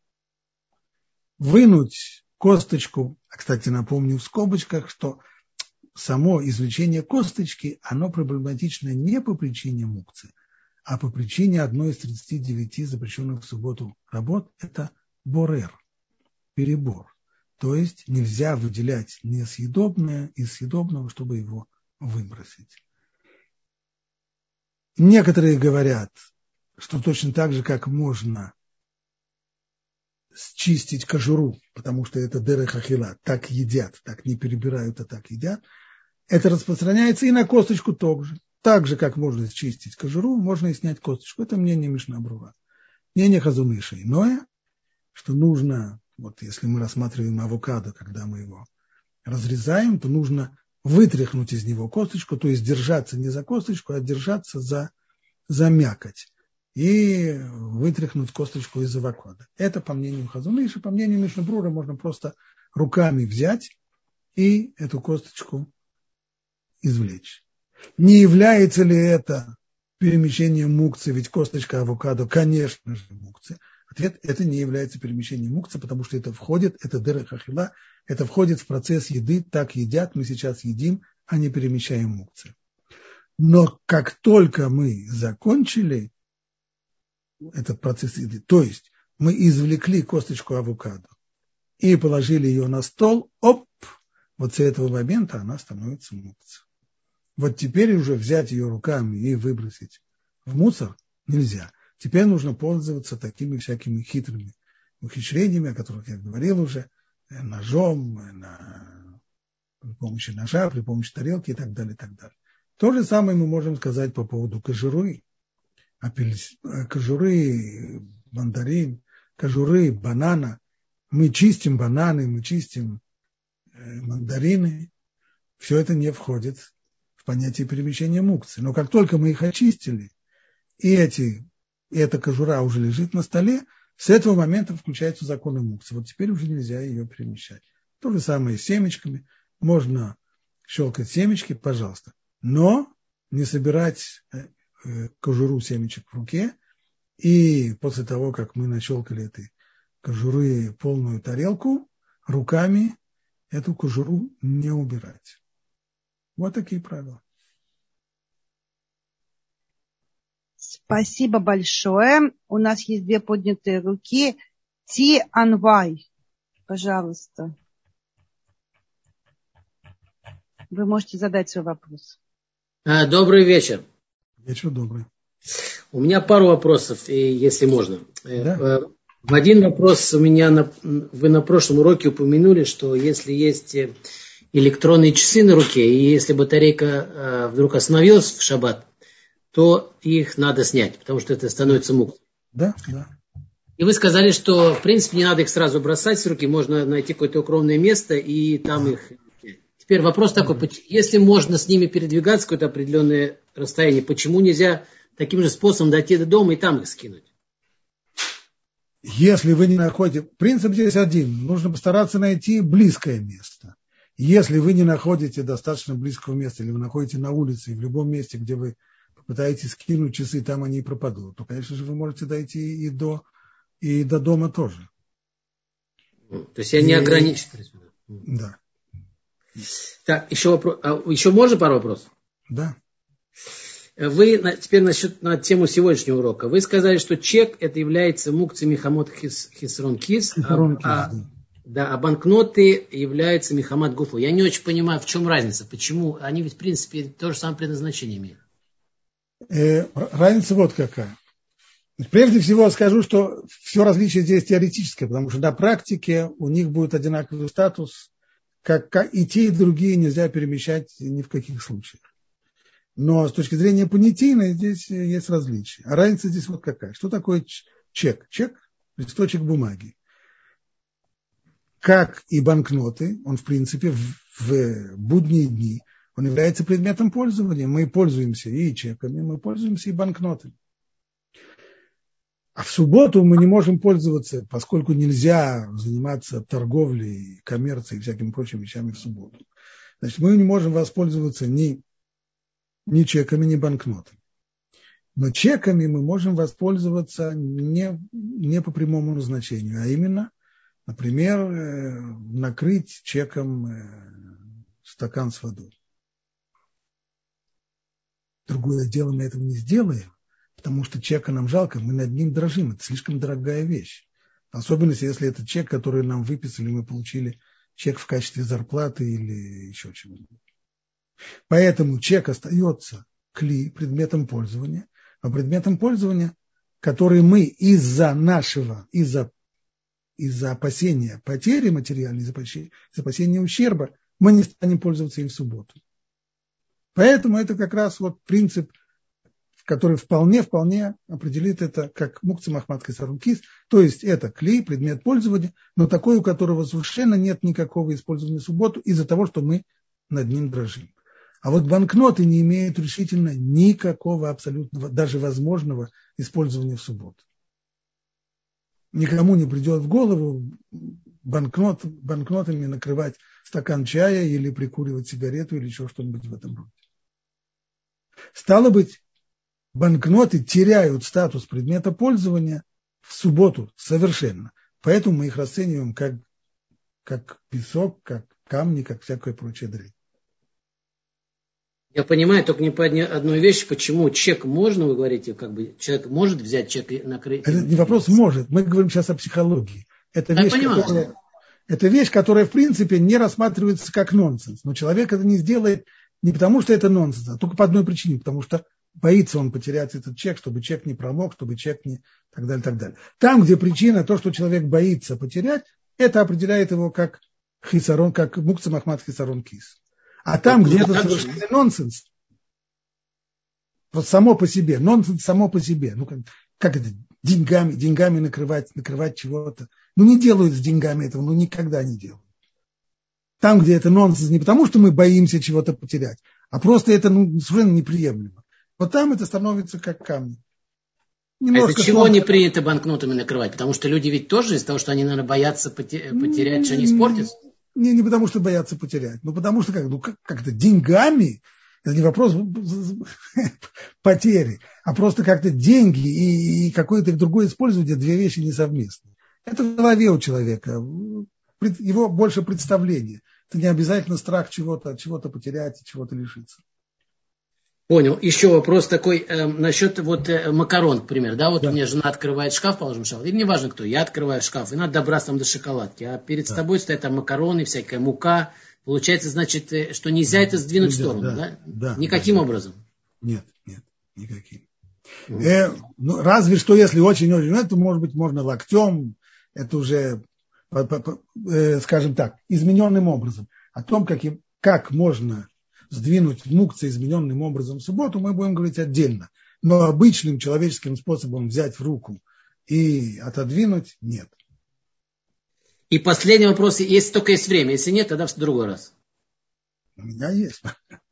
вынуть косточку, а, кстати, напомню в скобочках, что само извлечение косточки, оно проблематично не по причине мукцы, а по причине одной из 39 запрещенных в субботу работ – это борер, перебор. То есть нельзя выделять несъедобное из съедобного, чтобы его выбросить. Некоторые говорят, что точно так же, как можно счистить кожуру, потому что это дерех ахила, так едят, так не перебирают, а так едят, это распространяется и на косточку тоже. Так же, как можно счистить кожуру, можно и снять косточку. Это мнение Мишна Брура. Мнение Хазон Иша иное, что нужно, вот если мы рассматриваем авокадо, когда мы его разрезаем, то нужно вытряхнуть из него косточку, то есть держаться не за косточку, а держаться за мякоть. И вытряхнуть косточку из авокадо. Это по мнению Хазон Иша, по мнению Мишна Брура можно просто руками взять и эту косточку извлечь. Не является ли это перемещением мукцы, ведь косточка авокадо, конечно же, мукцы. Ответ – это не является перемещением мукцы, потому что это входит, это дерех ахила, это входит в процесс еды, так едят, мы сейчас едим, а не перемещаем мукцы. Но как только мы закончили этот процесс еды, то есть мы извлекли косточку авокадо и положили ее на стол, вот с этого момента она становится мукцей. Вот теперь уже взять ее руками и выбросить в мусор нельзя. Теперь нужно пользоваться такими всякими хитрыми ухищрениями, о которых я говорил уже, ножом, при помощи ножа, при помощи тарелки и так далее, и так далее. То же самое мы можем сказать по поводу кожуры, кожуры мандарин, кожуры банана. Мы чистим бананы, мы чистим мандарины. Все это не входит в понятие перемещения мукцы. Но как только мы их очистили, и эта кожура уже лежит на столе, с этого момента включаются законы мукцы. Вот теперь уже нельзя ее перемещать. То же самое с семечками. Можно щелкать семечки, пожалуйста. Но не собирать кожуру семечек в руке. И после того, как мы нащелкали этой кожуры полную тарелку, руками эту кожуру не убирать. Вот такие правила. Спасибо большое. У нас есть 2 поднятые руки. Ти Анвай, пожалуйста. Вы можете задать свой вопрос. Добрый вечер. Вечер добрый. У меня пару вопросов, если можно. Да? В один вопрос у меня, вы на прошлом уроке упомянули, что если есть электронные часы на руке, и если батарейка вдруг остановилась в шаббат, то их надо снять, потому что это становится мукцей. Да, да. И вы сказали, что, в принципе, не надо их сразу бросать с руки, можно найти какое-то укромное место и там их... Теперь вопрос такой, если можно с ними передвигаться какое-то определенное расстояние, почему нельзя таким же способом дойти до дома и там их скинуть? Если вы не находите... Принцип здесь один. Нужно постараться найти близкое место. Если вы не находите достаточно близкого места, или вы находите на улице, и в любом месте, где вы попытаетесь скинуть часы, там они и пропадут, то, конечно же, вы можете дойти и до дома тоже. То есть я не ограничен. Да. Так, еще вопрос. Еще можно пару вопросов? Да. Вы теперь на тему сегодняшнего урока. Вы сказали, что чек это является мукци михамот хисрон кис, а банкноты являются михамат гуфу. Я не очень понимаю, в чем разница. Почему? Они ведь, в принципе, то же самое предназначение имеют. Разница вот какая. Прежде всего скажу, что все различие здесь теоретическое, потому что на практике у них будет одинаковый статус, как и те, и другие нельзя перемещать ни в каких случаях. Но с точки зрения понятийной здесь есть различия. А разница здесь вот какая. Что такое чек? Чек – листочек бумаги. Как и банкноты, он в принципе в будние дни, он является предметом пользования. Мы пользуемся и чеками, мы пользуемся и банкнотами. А в субботу мы не можем пользоваться, поскольку нельзя заниматься торговлей, коммерцией и всякими прочими вещами в субботу. Значит, мы не можем воспользоваться ни чеками, ни банкнотами. Но чеками мы можем воспользоваться не по прямому назначению, а именно, например, накрыть чеком стакан с водой. Другое дело, мы этого не сделаем, потому что чека нам жалко, мы над ним дрожим. Это слишком дорогая вещь. Особенно, если это чек, который нам выписали, мы получили чек в качестве зарплаты или еще чего-нибудь. Поэтому чек остается предметом пользования, а предметом пользования, который мы из-за опасения потери материальной, из-за опасения ущерба, мы не станем пользоваться им в субботу. Поэтому это как раз вот принцип, который вполне определит это как мукци махмат хисарон кис, то есть это предмет пользования, но такой, у которого совершенно нет никакого использования в субботу из-за того, что мы над ним дрожим. А вот банкноты не имеют решительно никакого абсолютного, даже возможного использования в субботу. Никому не придет в голову банкнотами накрывать стакан чая или прикуривать сигарету или еще что-нибудь в этом роде. Стало быть, банкноты теряют статус предмета пользования в субботу совершенно. Поэтому мы их расцениваем как песок, как камни, как всякое прочее дрянь. Я понимаю, только не по одной вещи, почему чек можно, вы говорите, как бы человек может взять чек и накрыть. Это не вопрос может, мы говорим сейчас о психологии. Это вещь, которая в принципе не рассматривается как нонсенс. Но человек это не сделает не потому, что это нонсенс, а только по одной причине, потому что боится он потерять этот чек, чтобы чек не промок, чтобы чек не так далее, так далее. Там, где причина, то, что человек боится потерять, это определяет его как хисарон, как мукци махмат хисарон кис. А там, где это совершенно нонсенс, вот само по себе, нонсенс само по себе, ну как это, деньгами накрывать чего-то. Ну не делают с деньгами этого, ну никогда не делают. Там, где это нонсенс, не потому, что мы боимся чего-то потерять, а просто это совершенно неприемлемо. Вот там это становится как камни. А из-за чего не принято банкнотами накрывать? Потому что люди ведь тоже из-за того, что они, наверное, боятся потерять, что они испортятся? Не потому, что боятся потерять, но потому что как-то деньгами, это не вопрос потери, а просто как-то деньги и какое-то другое использование, две вещи несовместны. Это в голове у человека, его больше представление. Это не обязательно страх чего-то потерять, чего-то лишиться. Понял. Еще вопрос такой насчет макарон, к примеру. Да, у меня жена открывает шкаф, положим, шкаф. И мне важно кто. Я открываю шкаф, и надо добраться там до шоколадки. А перед тобой стоят там макароны, всякая мука. Получается, значит, что нельзя это сдвинуть в сторону, да? Никаким образом. Нет, никаким. Разве что, если очень-очень, это может быть можно локтем, это уже, скажем так, измененным образом. О том, как можно сдвинуть мукцы измененным образом в субботу, мы будем говорить отдельно. Но обычным человеческим способом взять в руку и отодвинуть – нет. И последний вопрос, если только есть время. Если нет, тогда в другой раз. У меня есть.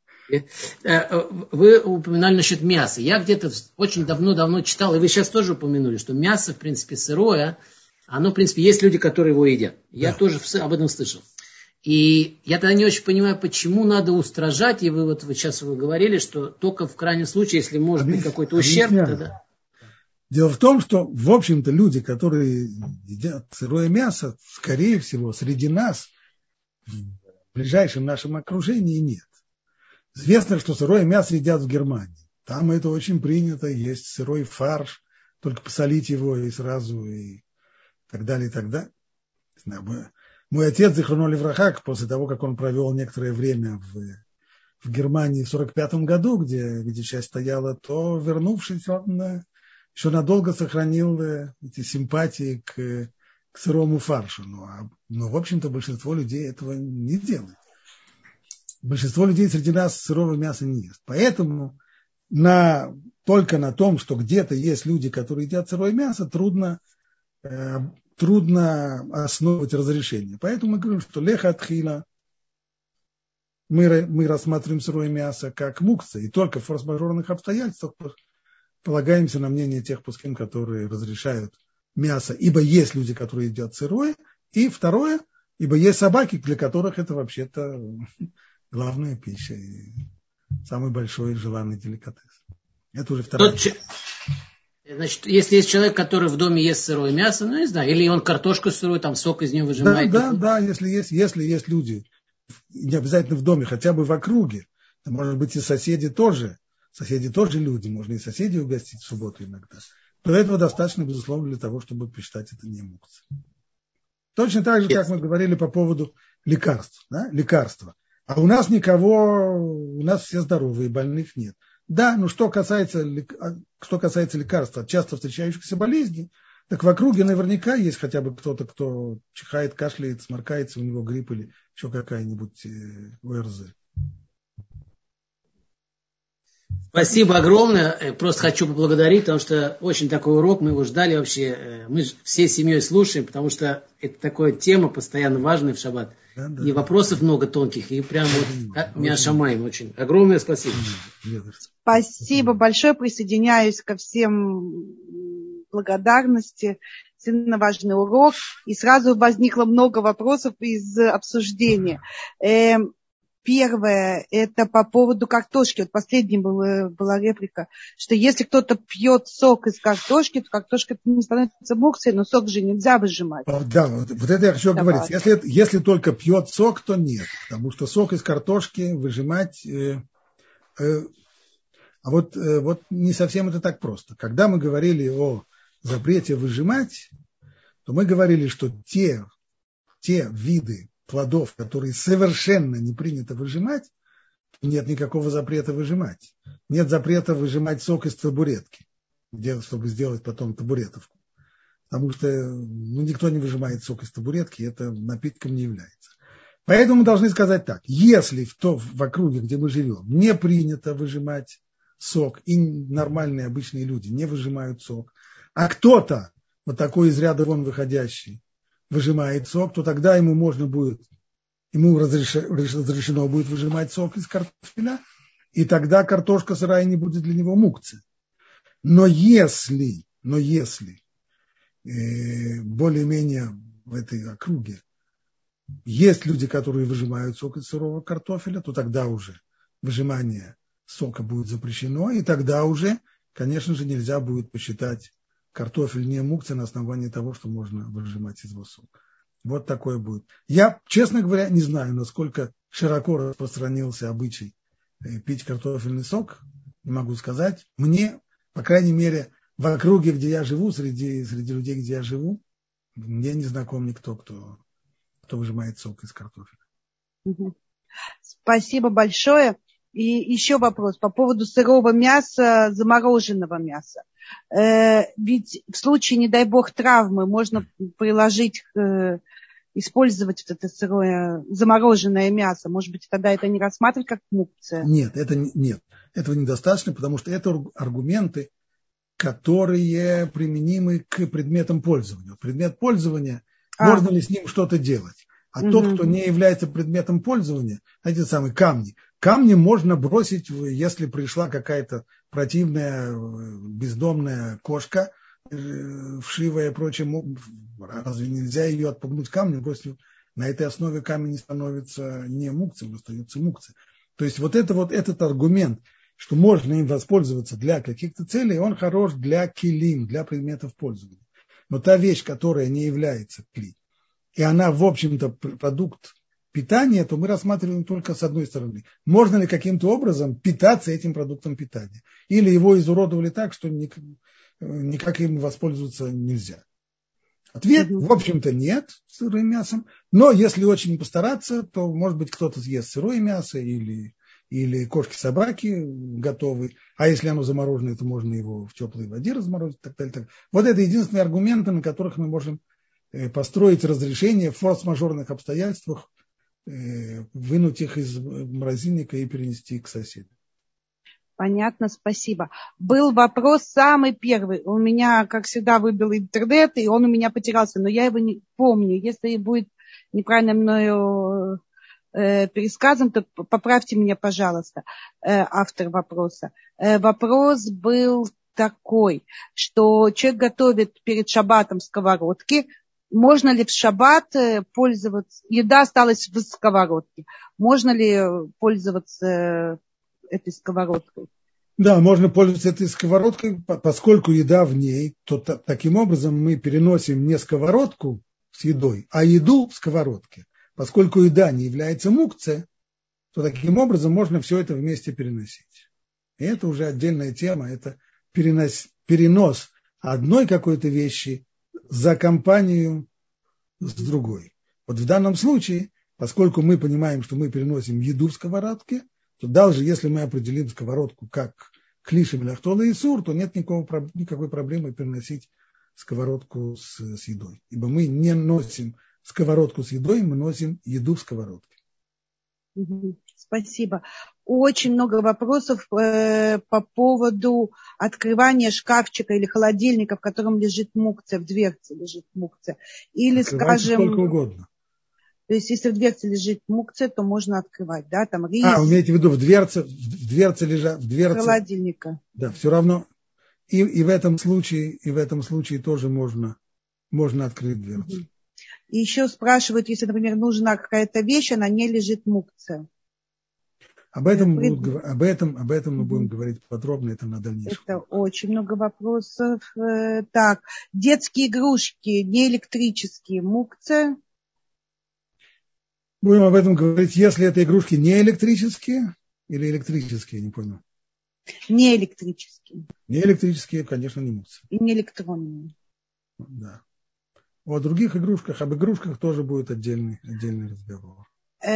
Вы упоминали насчет мяса. Я где-то очень давно читал, и вы сейчас тоже упомянули, что мясо, в принципе, сырое, Оно, в принципе, есть люди, которые его едят. Я тоже об этом слышал. И я тогда не очень понимаю, почему надо устражать, и вы сейчас говорили, что только в крайнем случае, если может быть какой-то ущерб, тогда... Дело в том, что, в общем-то, люди, которые едят сырое мясо, скорее всего, среди нас, в ближайшем нашем окружении нет. Известно, что сырое мясо едят в Германии. Там это очень принято, есть сырой фарш, только посолить его и сразу, и так далее, и так далее. Мой отец, зихроно леврахак, после того, как он провел некоторое время в Германии в 1945 году, где часть стояла, то, вернувшись, он еще надолго сохранил эти симпатии к сырому фаршу. Но, в общем-то, большинство людей этого не делает. Большинство людей среди нас сырого мяса не ест. Поэтому только на том, что где-то есть люди, которые едят сырое мясо, трудно основывать разрешение. Поэтому мы говорим, что леха атхила, мы рассматриваем сырое мясо как мукца, и только в форс-мажорных обстоятельствах полагаемся на мнение тех пускин, которые разрешают мясо, ибо есть люди, которые едят сырое, и второе, ибо есть собаки, для которых это вообще-то главная пища и самый большой желанный деликатес. Это уже вторая. Значит, если есть человек, который в доме ест сырое мясо, ну, не знаю, или он картошку сырую, там сок из нее выжимает. Да, если есть люди, не обязательно в доме, хотя бы в округе, может быть, и соседи тоже люди, можно и соседей угостить в субботу иногда. То этого достаточно, безусловно, для того, чтобы посчитать это не мукца. Точно так же, как мы говорили по поводу лекарств. Да? Лекарства. А у нас все здоровые, больных нет. Да, но что касается лекарств от часто встречающихся болезней, так в округе наверняка есть хотя бы кто-то, кто чихает, кашляет, сморкается, у него грипп или еще какая-нибудь ОРЗ. Спасибо огромное. Просто хочу поблагодарить, потому что очень такой урок, мы его ждали вообще. Мы всей семьей слушаем, потому что это такая тема постоянно важная в шаббат. Да. И вопросов много тонких, и прям вот мяшамаем очень. Огромное спасибо. Спасибо большое. Присоединяюсь ко всем благодарности. Сильно важный урок. И сразу возникло много вопросов из обсуждения. Первое, это по поводу картошки. Вот последняя была реплика, что если кто-то пьет сок из картошки, то картошка не становится мукцией, но сок же нельзя выжимать. Да, вот это я хочу говорить. Если только пьет сок, то нет. Потому что сок из картошки выжимать... А вот не совсем это так просто. Когда мы говорили о запрете выжимать, то мы говорили, что те виды плодов, которые совершенно не принято выжимать, нет никакого запрета выжимать. Нет запрета выжимать сок из табуретки, чтобы сделать потом табуретовку. Потому что никто не выжимает сок из табуретки, это напитком не является. Поэтому мы должны сказать так. Если в округе, где мы живем, не принято выжимать сок, и нормальные обычные люди не выжимают сок, а кто-то, вот такой из ряда вон выходящий, выжимает сок, то тогда ему разрешено будет выжимать сок из картофеля, и тогда картошка сырая не будет для него мукцы. Но если более-менее в этой округе есть люди, которые выжимают сок из сырого картофеля, то тогда уже выжимание сока будет запрещено, и тогда уже, конечно же, нельзя будет посчитать картофель не мукцы на основании того, что можно выжимать из его сока. Вот такое будет. Я, честно говоря, не знаю, насколько широко распространился обычай пить картофельный сок. Не могу сказать. Мне, по крайней мере, в округе, где я живу, среди людей, где я живу, мне не знаком никто, кто выжимает сок из картофеля. Спасибо большое. И еще вопрос по поводу сырого мяса, замороженного мяса. Ведь в случае, не дай бог, травмы можно использовать вот это сырое замороженное мясо. Может быть, тогда это не рассматривать как мукция? Нет, этого недостаточно, потому что это аргументы, которые применимы к предметам пользования. Предмет пользования, можно ли с ним что-то делать? А тот, кто не является предметом пользования, эти самые камни. Камни можно бросить, если пришла какая-то противная бездомная кошка, вшивая и прочее, Разве нельзя ее отпугнуть камнем? Просто на этой основе камень не становится не мукцией, он остается мукцией. То есть вот этот аргумент, что можно им воспользоваться для каких-то целей, он хорош для килим, для предметов пользования. Но та вещь, которая не является кли, и она, в общем-то, продукт питания, то мы рассматриваем только с одной стороны. Можно ли каким-то образом питаться этим продуктом питания? Или его изуродовали так, что никак им воспользоваться нельзя? Ответ, в общем-то, нет с сырым мясом. Но если очень постараться, то, может быть, кто-то съест сырое мясо или кошки-собаки готовы. А если оно замороженное, то можно его в теплой воде разморозить. Так далее, так. Вот это единственные аргументы, на которых мы можем построить разрешение в форс-мажорных обстоятельствах, вынуть их из морозильника и перенести к соседу. Понятно, спасибо. Был вопрос самый первый. У меня, как всегда, выбил интернет, и он у меня потерялся, но я его не помню. Если будет неправильно мною пересказан, то поправьте меня, пожалуйста, автор вопроса. Вопрос был такой, что человек готовит перед шаббатом сковородки. Можно ли в шаббат пользоваться, еда осталась в сковородке, можно ли пользоваться этой сковородкой? Да, можно пользоваться этой сковородкой, поскольку еда в ней, то таким образом мы переносим не сковородку с едой, а еду в сковородке. Поскольку еда не является мукце, то таким образом можно все это вместе переносить. И это уже отдельная тема, это перенос одной какой-то вещи за компанию с другой. Вот в данном случае, поскольку мы понимаем, что мы переносим еду в сковородке, то даже если мы определим сковородку как клиши мелахтола и сур, то нет никакой проблемы переносить сковородку с едой. Ибо мы не носим сковородку с едой, мы носим еду в сковородке. Спасибо. Очень много вопросов по поводу открывания шкафчика или холодильника, в котором лежит мукция, в дверце лежит мукция. Или, открывайте скажем, сколько угодно. То есть, если в дверце лежит мукция, то можно открывать, да, там рис. Имеете в виду, в дверце лежат, в дверце холодильника. Да, все равно. И в этом случае тоже можно открыть дверцу. И еще спрашивают, если, например, нужна какая-то вещь, она не лежит мукция. Об этом мы будем говорить подробно, это на дальнейшем. Это очень много вопросов. Так, детские игрушки, не электрические, мукция. Будем об этом говорить, если это игрушки не электрические или электрические, не понял. Не электрические. Не электрические, конечно, не мукция. И не электронные. Да. О других игрушках, об игрушках тоже будет отдельный разговор.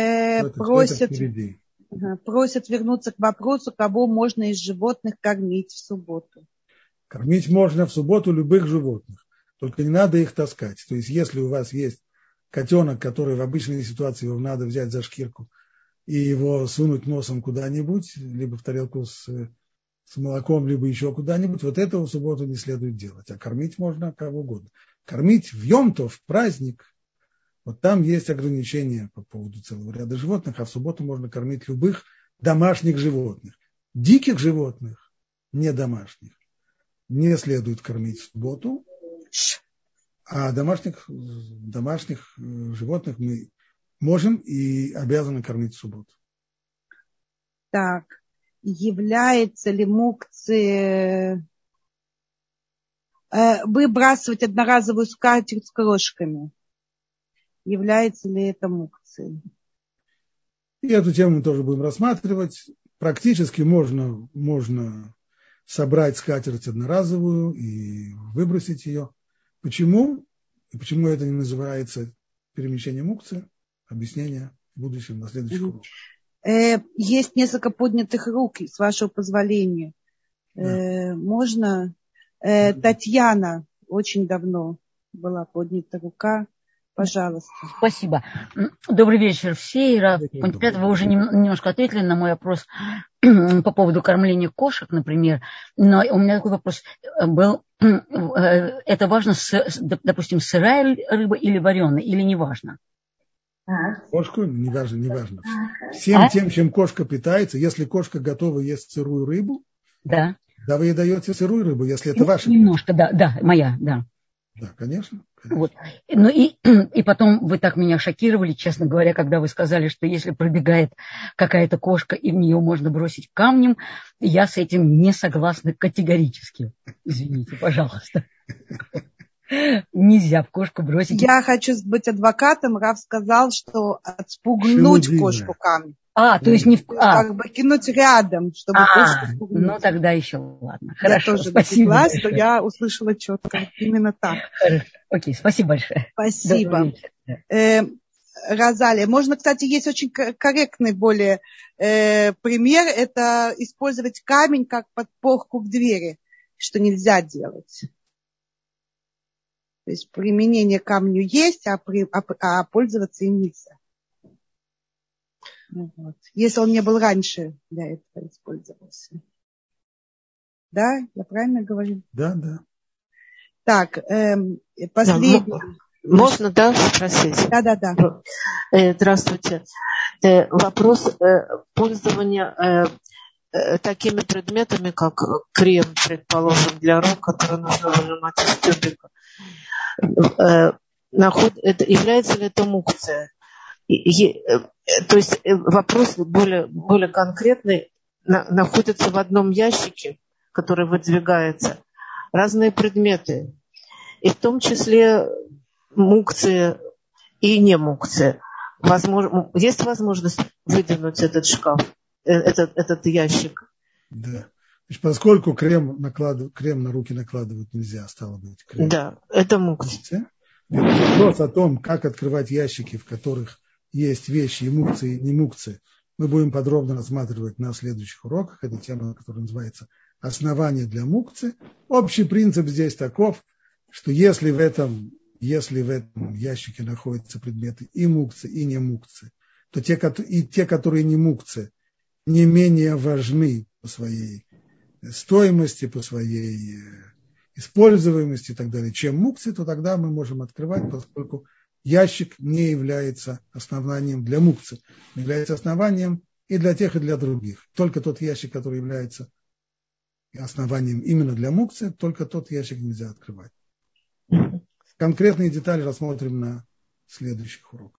Просят вернуться к вопросу, кого можно из животных кормить в субботу. Кормить можно в субботу любых животных, только не надо их таскать. То есть, если у вас есть котенок, который в обычной ситуации его надо взять за шкирку и его сунуть носом куда-нибудь, либо в тарелку с молоком, либо еще куда-нибудь, вот этого в субботу не следует делать. А кормить можно кого угодно. Кормить в Йом-Тов, в праздник, вот там есть ограничения по поводу целого ряда животных, а в субботу можно кормить любых домашних животных. Диких животных, не домашних, не следует кормить в субботу, а домашних животных мы можем и обязаны кормить в субботу. Так, является ли мукция выбрасывать одноразовую скатерть с крошками? Является ли это мукцией? И эту тему мы тоже будем рассматривать. Практически можно собрать скатерть одноразовую и выбросить ее. Почему? И почему это не называется перемещением мукции? Объяснение в будущем, на следующем уроке. Есть несколько поднятых рук, с вашего позволения. Да. Можно? Татьяна, очень давно была поднята рука. Пожалуйста. Спасибо. Добрый вечер все. Вы уже немножко ответили на мой вопрос по поводу кормления кошек, например. Но у меня такой вопрос был. Это важно, допустим, сырая рыба или вареная, или не важно? Кошку не важно. Всем тем, чем кошка питается, если кошка готова есть сырую рыбу, да вы ей даете сырую рыбу, если это ваша. Немножко, да, моя, да. Да, конечно. Вот. Ну и потом вы так меня шокировали, честно говоря, когда вы сказали, что если пробегает какая-то кошка и в нее можно бросить камнем, я с этим не согласна категорически. Извините, пожалуйста. Нельзя в кошку бросить. Я хочу быть адвокатом. Рав сказал, что отспугнуть кошку камнем. То есть не в... Как бы кинуть рядом, чтобы кошку спугнуть. Ну тогда еще ладно. Хорошо, я тоже спасибо напряглась, что я услышала четко. Именно так. Хорошо. Окей, спасибо большое. Спасибо. Розалия. Можно, кстати, есть очень корректный более пример. Это использовать камень как подпорку к двери, что нельзя делать. То есть применение камню есть, а пользоваться им нельзя. Вот. Если он не был раньше для этого использовался. Да, я правильно говорю? Да, да. Так, последний. Можно, да, спросить? Да. Здравствуйте. Вопрос пользования такими предметами, как крем, предположим, для рук, который нужно выжимать из тюбика. Является ли это мукция? То есть вопрос более конкретный. Находится в одном ящике, который выдвигается, разные предметы. И в том числе мукция и не мукция. Есть возможность выдвинуть этот шкаф, этот ящик? Да. Значит, поскольку крем на руки накладывать нельзя, стало быть, крем. Да, это мукция. Вопрос о том, как открывать ящики, в которых есть вещи и мукции, и не мукции, мы будем подробно рассматривать на следующих уроках. Это тема, которая называется «Основание для мукции». Общий принцип здесь таков, что если в этом ящике находятся предметы и мукции, и не мукции, то те, которые не мукции, не менее важны по своей стоимости, по своей используемости и так далее, чем мукции, то тогда мы можем открывать, поскольку ящик не является основанием для мукции, является основанием и для тех, и для других. Только тот ящик, который является основанием именно для мукции, только тот ящик нельзя открывать. Конкретные детали рассмотрим на следующих уроках.